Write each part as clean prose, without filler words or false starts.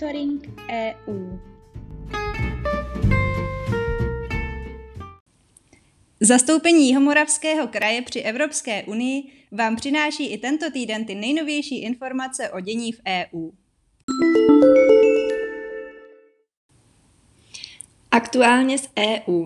Monitoring EU. Zastoupení Jihomoravského kraje při Evropské unii vám přináší i tento týden ty nejnovější informace o dění v EU. Aktuálně z EU.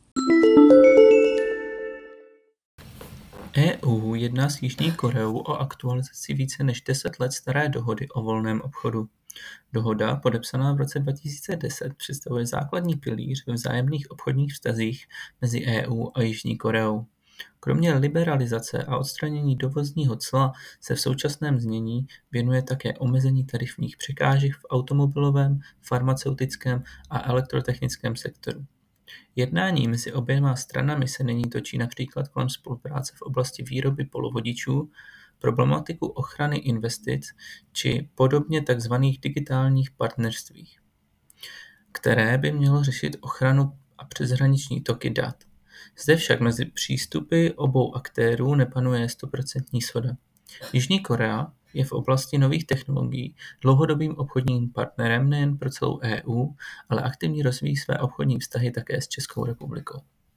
EU jedná s Jižní Koreou o aktualizaci více než 10 let staré dohody o volném obchodu. Dohoda, podepsaná v roce 2010, představuje základní pilíř ve vzájemných obchodních vztazích mezi EU a Jižní Koreou. Kromě liberalizace a odstranění dovozního cla se v současném znění věnuje také omezení tarifních překážek v automobilovém, farmaceutickém a elektrotechnickém sektoru. Jednání mezi oběma stranami se nyní točí například kolem spolupráce v oblasti výroby polovodičů, problematiku ochrany investic či podobně tzv. Digitálních partnerstvích, které by mělo řešit ochranu a přeshraniční toky dat. Zde však mezi přístupy obou aktérů nepanuje 100% shoda. Jižní Korea je v oblasti nových technologií dlouhodobým obchodním partnerem nejen pro celou EU, ale aktivně rozvíjí své obchodní vztahy také s Českou republikou.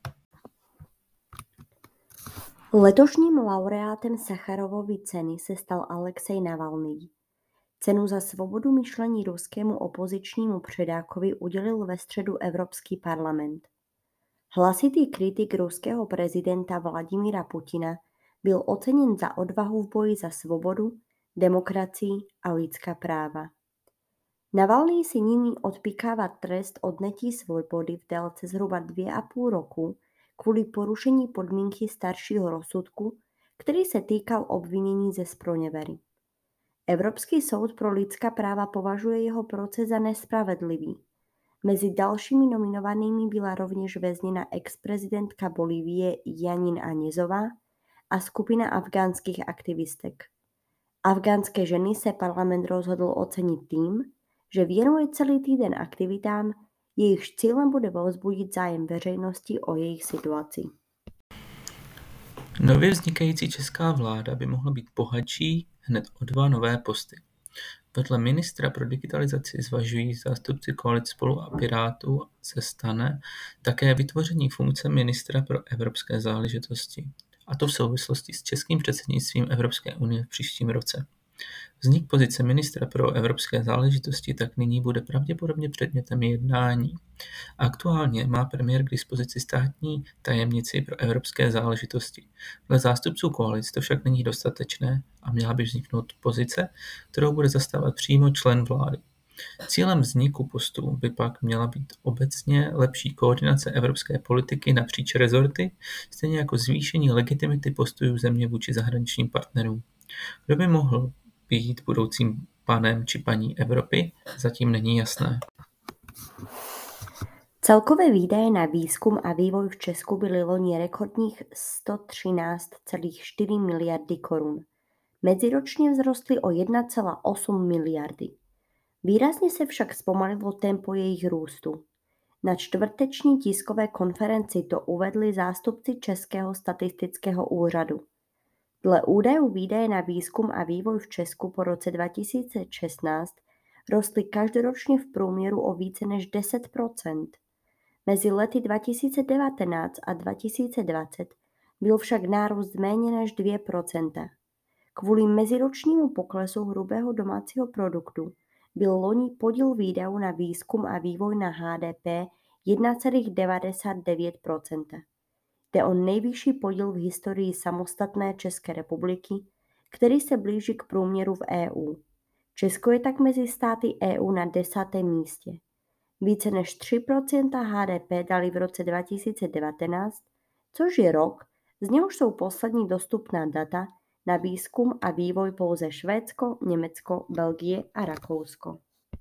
Letošním laureátem Sacharovovy ceny se stal Alexej Navalnyj. Cenu za svobodu myšlení ruskému opozičnímu předákovi udělil ve středu Evropský parlament. Hlasitý kritik ruského prezidenta Vladimíra Putina byl oceněn za odvahu v boji za svobodu, demokracii a lidská práva. Navalnyj si nyní odpíkáva trest odnětí svobody v délce zhruba 2,5 roku kvůli porušení podmínky staršího rozsudku, který se týkal obvinění ze zpronevěry. Evropský soud pro lidská práva považuje jeho proces za nespravedlivý. Mezi dalšími nominovanými byla rovněž vězněna ex-prezidentka Bolívie Janine Áñezová a skupina afgánských aktivistek. Afgánské ženy se parlament rozhodl ocenit tím, že věnuje celý týden aktivitám, jejichž cílem bude povzbudit zájem veřejnosti o jejich situaci. Nově vznikající česká vláda by mohla být bohatší hned o 2 nové posty. Vedle ministra pro digitalizaci zvažují zástupci koalic Spolu a Pirátů se stane také vytvoření funkce ministra pro evropské záležitosti, a to v souvislosti s českým předsednictvím Evropské unie v příštím roce. Vznik pozice ministra pro evropské záležitosti tak nyní bude pravděpodobně předmětem jednání. Aktuálně má premiér k dispozici státní tajemnici pro evropské záležitosti. Dle zástupců koalic to však není dostatečné a měla by vzniknout pozice, kterou bude zastávat přímo člen vlády. Cílem vzniku postu by pak měla být obecně lepší koordinace evropské politiky napříč rezorty, stejně jako zvýšení legitimity postojů země vůči zahraničním partnerům. Kdo by mohl být budoucím panem či paní Evropy, zatím není jasné. Celkové výdaje na výzkum a vývoj v Česku byly loni rekordních 113,4 miliardy korun. Meziročně vzrostly o 1,8 miliardy. Výrazně se však zpomalilo tempo jejich růstu. Na čtvrteční tiskové konferenci to uvedli zástupci Českého statistického úřadu. Dle údajů výdaje na výzkum a vývoj v Česku po roce 2016 rostly každoročně v průměru o více než 10%. Mezi lety 2019 a 2020 byl však nárůst méně než 2%. Kvůli meziročnímu poklesu hrubého domácího produktu byl loni podíl výdajů na výzkum a vývoj na HDP 1,99%. Jde o nejvyšší podíl v historii samostatné České republiky, který se blíží k průměru v EU. Česko je tak mezi státy EU na 10. místě. Více než 3% HDP dali v roce 2019, což je rok, z něhož jsou poslední dostupná data na výzkum a vývoj pouze Švédsko, Německo, Belgie a Rakousko.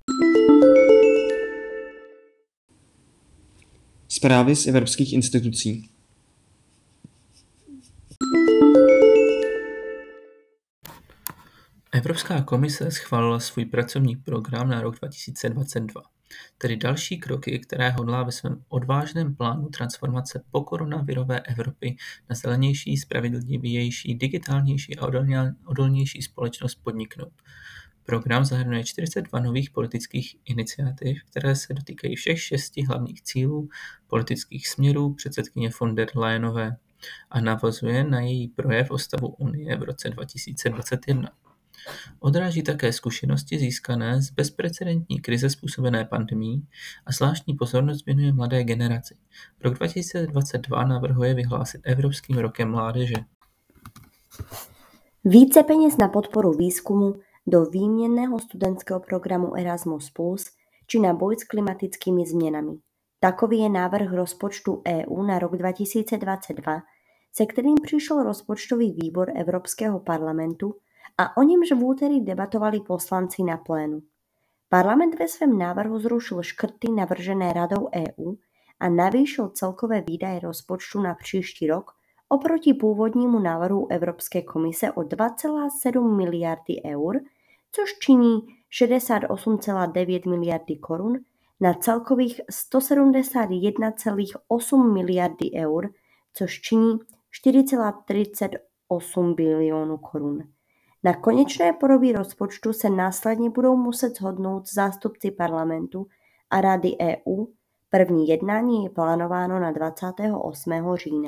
Zprávy z evropských institucí. Evropská komise schválila svůj pracovní program na rok 2022, tedy další kroky, které hodlá ve svém odvážném plánu transformace po koronavirové Evropy na zelenější, spravedlivější, digitálnější a odolnější společnost podniknout. Program zahrnuje 42 nových politických iniciativ, které se dotýkají všech 6 hlavních cílů politických směrů předsedkyně von der Leyenové a navazuje na její projev o stavu Unie v roce 2021. Odráží také zkušenosti získané z bezprecedentní krize způsobené pandemií a zvláštní pozornost věnuje mladé generaci. Rok 2022 navrhuje vyhlásit Evropským rokem mládeže. Více peněz na podporu výzkumu do výměnného studentského programu Erasmus+, či na boj s klimatickými změnami. Takový je návrh rozpočtu EU na rok 2022, se kterým přišel rozpočtový výbor Evropského parlamentu a o němž v úterý debatovali poslanci na plénu. Parlament ve svém návrhu zrušil škrty navržené Radou EU a navýšil celkové výdaje rozpočtu na příští rok oproti původnímu návrhu Evropské komise o 2,7 miliardy eur, což činí 68,9 miliardy korun na celkových 171,8 miliardy eur, což činí 4,38 bilionů korun. Na konečné podobě rozpočtu se následně budou muset shodnout zástupci parlamentu a Rady EU. První jednání je plánováno na 28. října.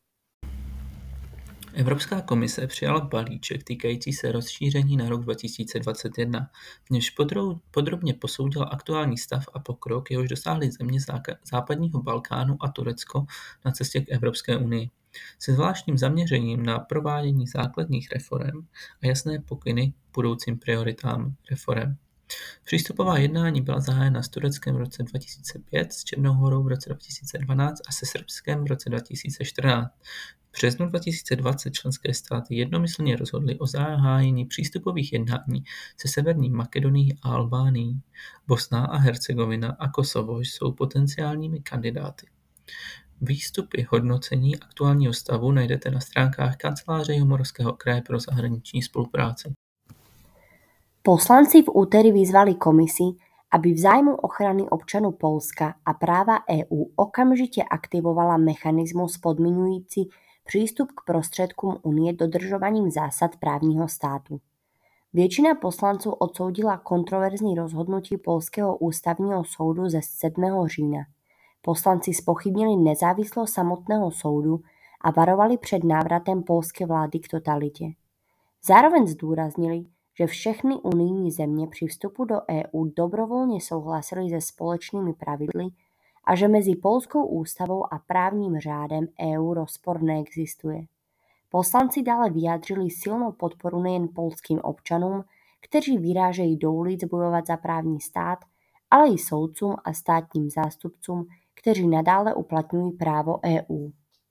Evropská komise přijala balíček týkající se rozšíření na rok 2021, v němž podrobně posoudila aktuální stav a pokrok, jehož dosáhly země západního Balkánu a Turecko na cestě k Evropské unii, se zvláštním zaměřením na provádění základních reforem a jasné pokyny budoucím prioritám reforem. Přístupová jednání byla zahájena s Tureckem v roce 2005, s Černou Horou v roce 2012 a se Srbskem v roce 2014. V březnu 2020 členské státy jednomyslně rozhodly o zahájení přístupových jednání se Severní Makedonií a Albánií. Bosna a Hercegovina a Kosovo jsou potenciálními kandidáty. Výstupy hodnocení aktuálního stavu najdete na stránkách Kanceláře Jihomoravského kraje pro zahraniční spolupráci. Poslanci v úterý vyzvali komisi, aby v zájmu ochrany občanů Polska a práva EU okamžitě aktivovala mechanismus podmiňující přístup k prostředkům Unie dodržovaním zásad právního státu. Většina poslanců odsoudila kontroverzní rozhodnutí Polského ústavního soudu ze 7. října. Poslanci zpochybnili nezávislost samotného soudu a varovali před návratem polské vlády k totalitě. Zároveň zdůraznili, že všechny unijní země při vstupu do EU dobrovolně souhlasily se společnými pravidly a že mezi polskou ústavou a právním řádem EU rozpor neexistuje. Poslanci dále vyjádřili silnou podporu nejen polským občanům, kteří vyrážejí do ulic bojovat za právní stát, ale i soudcům a státním zástupcům, kteří nadále uplatňují právo EU.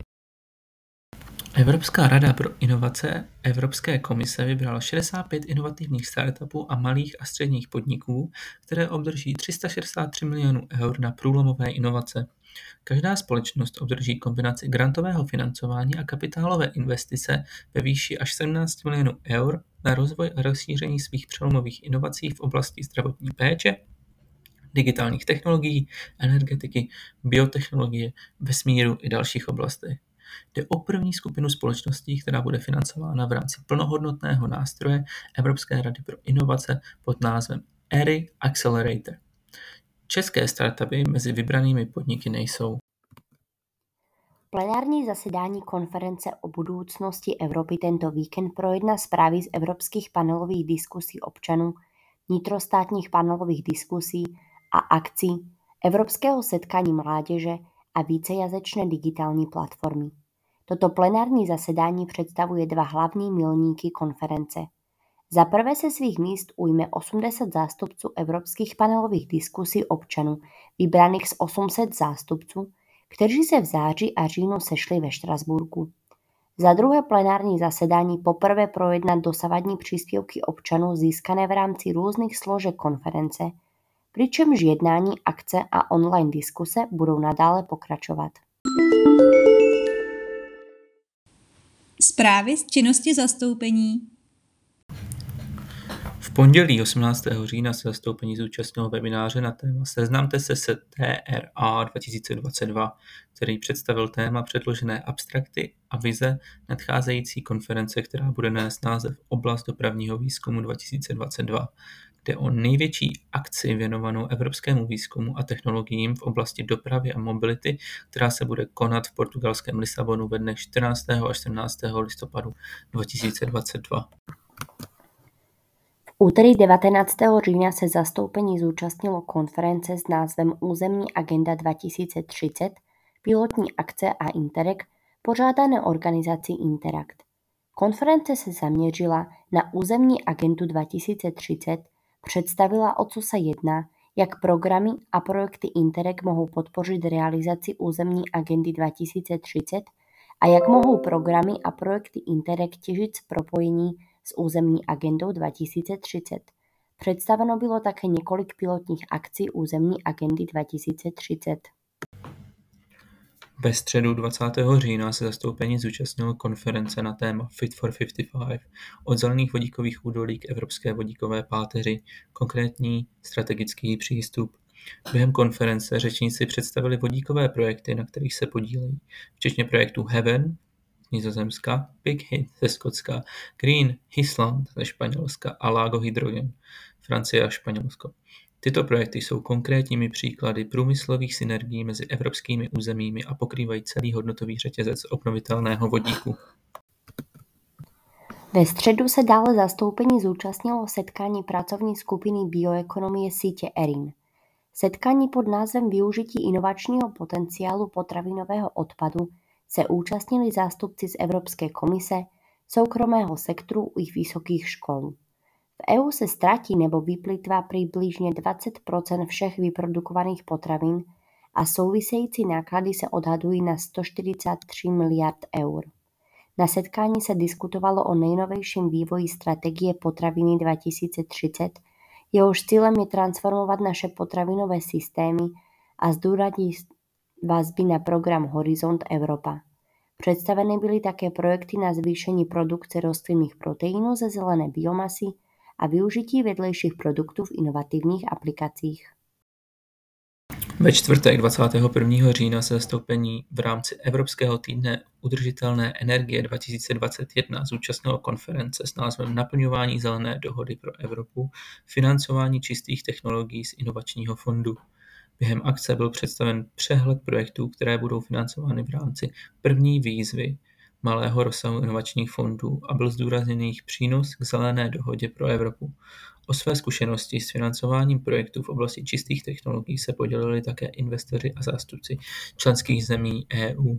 Evropská rada pro inovace Evropské komise vybrala 65 inovativních startupů a malých a středních podniků, které obdrží 363 milionů eur na průlomové inovace. Každá společnost obdrží kombinaci grantového financování a kapitálové investice ve výši až 17 milionů eur na rozvoj a rozšíření svých přelomových inovací v oblasti zdravotní péče, digitálních technologií, energetiky, biotechnologie, vesmíru i dalších oblastech. Jde o první skupinu společností, která bude financována v rámci plnohodnotného nástroje Evropské rady pro inovace pod názvem ERI Accelerator. České startupy mezi vybranými podniky nejsou. Plenární zasedání konference o budoucnosti Evropy tento víkend projedná zprávy z evropských panelových diskusí občanů, vnitrostátních panelových diskusí a akcí, Evropského setkání mládeže a vícejazyčné digitální platformy. Toto plenární zasedání představuje dva hlavní milníky konference. Za prvé se svých míst ujme 80 zástupců evropských panelových diskusí občanů, vybraných z 800 zástupců, kteří se v září a říjnu sešli ve Štrasburku. Za druhé plenární zasedání poprvé projednat dosavadní příspěvky občanů získané v rámci různých složek konference, přičemž jednání, akce a online diskuse budou nadále pokračovat. Zprávy z činnosti zastoupení. V pondělí 18. října se zastoupení zúčastnilo webináře na téma Seznamte se s TRA 2022, který představil téma předložené abstrakty a vize nadcházející konference, která bude nést název Oblast dopravního výzkumu 2022, jde o největší akci věnovanou evropskému výzkumu a technologiím v oblasti dopravy a mobility, která se bude konat v portugalském Lisabonu ve dnech 14. až 17. listopadu 2022. V úterý 19. října se zastoupení zúčastnilo konference s názvem Územní agenda 2030, pilotní akce a Interreg, pořádané organizací Interact. Konference se zaměřila na územní agendu 2030, představila, o co se jedná, jak programy a projekty Interreg mohou podpořit realizaci územní agendy 2030 a jak mohou programy a projekty Interreg těžit z propojení s územní agendou 2030. Představeno bylo také několik pilotních akcí územní agendy 2030. Ve středu 20. října se zastoupení zúčastnilo konference na téma Fit for 55 od zelených vodíkových údolí k evropské vodíkové páteři, konkrétní strategický přístup. Během konference řečníci představili vodíkové projekty, na kterých se podílejí, včetně projektů Heaven z Nizozemska, Big Hit ze Skotska, Green Island ze Španělska a Lago Hydrogen, Francie a Španělsko. Tyto projekty jsou konkrétními příklady průmyslových synergií mezi evropskými územími a pokrývají celý hodnotový řetězec obnovitelného vodíku. Ve středu se dále zastoupení zúčastnilo setkání pracovní skupiny bioekonomie sítě ERIN. Setkání pod názvem Využití inovačního potenciálu potravinového odpadu se účastnili zástupci z Evropské komise, soukromého sektoru i vysokých škol. V EU se ztratí nebo vyplýtvá přibližně 20% všech vyprodukovaných potravin a související náklady se odhadují na 143 miliard eur. Na setkání se diskutovalo o nejnovějším vývoji strategie potraviny 2030, jehož cílem je transformovat naše potravinové systémy a zdůraznit vazby na program Horizont Evropa. Představeny byly také projekty na zvýšení produkce rostlinných proteinů ze zelené biomasy a využití vedlejších produktů v inovativních aplikacích. Ve čtvrtek 21. října se zastoupení v rámci Evropského týdne udržitelné energie 2021 zúčastnilo konference s názvem Naplňování zelené dohody pro Evropu, financování čistých technologií z inovačního fondu. Během akce byl představen přehled projektů, které budou financovány v rámci první výzvy malého rozsahu inovačních fondů a byl zdůrazněn jejich přínos k zelené dohodě pro Evropu. O své zkušenosti s financováním projektů v oblasti čistých technologií se podělili také investoři a zástupci členských zemí EU.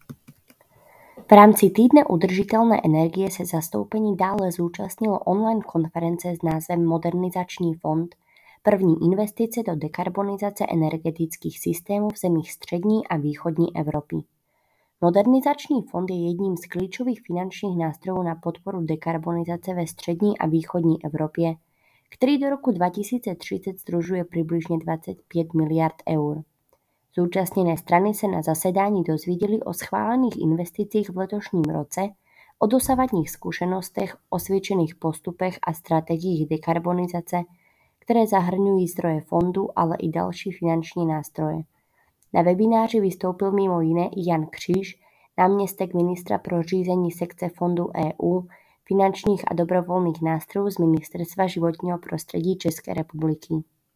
V rámci týdne udržitelné energie se zastoupení dále zúčastnilo online konference s názvem Modernizační fond, první investice do dekarbonizace energetických systémů v zemích střední a východní Evropy. Modernizační fond je jedním z klíčových finančních nástrojů na podporu dekarbonizace ve střední a východní Evropě, který do roku 2030 sdružuje přibližně 25 miliard eur. Zúčastněné strany se na zasedání dozvěděly o schválených investicích v letošním roce, o dosavadních zkušenostech, osvědčených postupech a strategiích dekarbonizace, které zahrnují zdroje fondu, ale i další finanční nástroje. Na webináři vystoupil mimo jiné i Jan Kříž, náměstek ministra pro řízení sekce fondu EU, finančních a dobrovolných nástrojů z Ministerstva životního prostředí České republiky.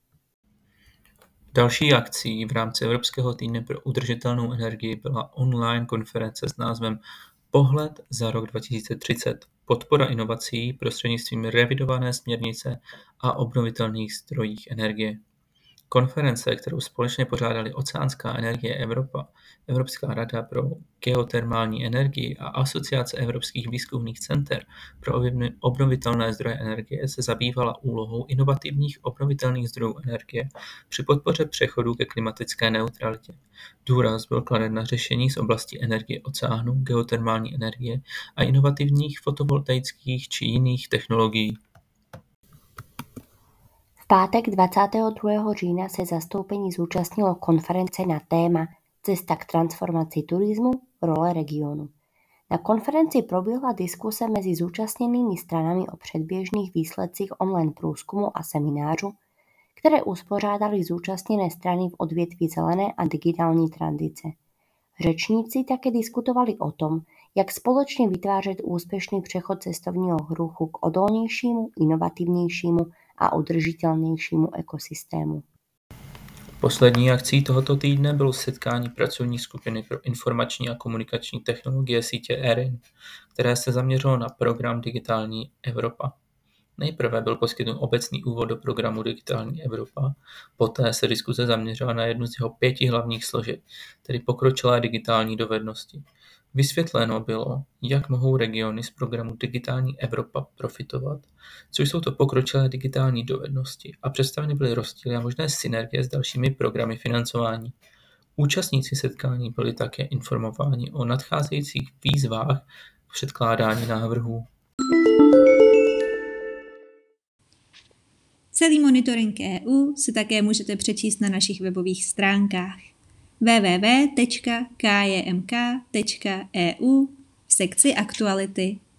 Další akcí v rámci Evropského týdne pro udržitelnou energii byla online konference s názvem Pohled za rok 2030. Podpora inovací prostřednictvím revidované směrnice a obnovitelných zdrojích energie. Konference, kterou společně pořádali Oceánská energie Evropa, Evropská rada pro geotermální energii a Asociace evropských výzkumných center pro obnovitelné zdroje energie, se zabývala úlohou inovativních obnovitelných zdrojů energie při podpoře přechodu ke klimatické neutralitě. Důraz byl kladen na řešení z oblasti energie oceánu, geotermální energie a inovativních fotovoltaických či jiných technologií. V pátek 22. října se zastoupení zúčastnilo konference na téma Cesta k transformaci turismu, role regionu. Na konferenci proběhla diskuse mezi zúčastněnými stranami o předběžných výsledcích online průzkumu a seminářů, které uspořádali zúčastněné strany v odvětví zelené a digitální tranzice. Řečníci také diskutovali o tom, jak společně vytvářet úspěšný přechod cestovního ruchu k odolnějšímu, inovativnějšímu a udržitelnějšímu ekosystému. Poslední akcí tohoto týdne bylo setkání pracovní skupiny pro informační a komunikační technologie sítě ERIN, které se zaměřilo na program Digitální Evropa. Nejprve byl poskytnut obecný úvod do programu Digitální Evropa, poté se diskuse zaměřila na jednu z jeho 5 hlavních složek, tedy pokročilé digitální dovednosti. Vysvětleno bylo, jak mohou regiony z programu Digitální Evropa profitovat, co jsou to pokročilé digitální dovednosti, a představeny byly rozdíly a možné synergie s dalšími programy financování. Účastníci setkání byli také informováni o nadcházejících výzvách k předkládání návrhů. Celý monitoring EU si také můžete přečíst na našich webových stránkách www.kjmk.eu v sekci aktuality.